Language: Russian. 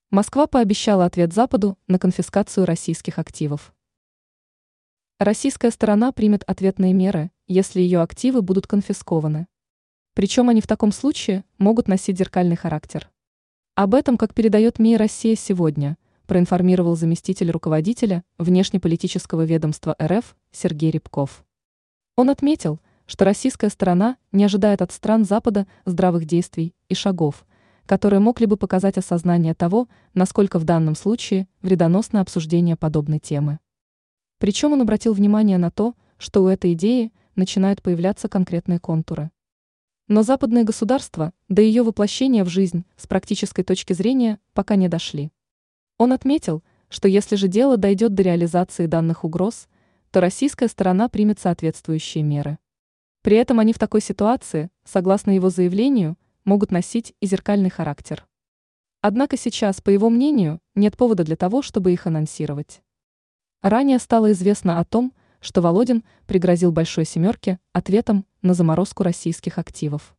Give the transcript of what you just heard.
Москва пообещала ответ Западу на конфискацию российских активов. Российская сторона примет ответные меры, если ее активы будут конфискованы. Причем они в таком случае могут носить зеркальный характер. Об этом, как передает МИИ «Россия сегодня», проинформировал заместитель руководителя внешнеполитического ведомства РФ Сергей Рябков. Он отметил, что российская сторона не ожидает от стран Запада здравых действий и шагов, которые могли бы показать осознание того, насколько в данном случае вредоносно обсуждение подобной темы. Причем он обратил внимание на то, что у этой идеи начинают появляться конкретные контуры. Но западные государства до ее воплощения в жизнь с практической точки зрения пока не дошли. Он отметил, что если же дело дойдет до реализации данных угроз, то российская сторона примет соответствующие меры. При этом они в такой ситуации, согласно его заявлению, могут носить и зеркальный характер. Однако сейчас, по его мнению, нет повода для того, чтобы их анонсировать. Ранее стало известно о том, что Володин пригрозил «Большой семерке» ответом на заморозку российских активов.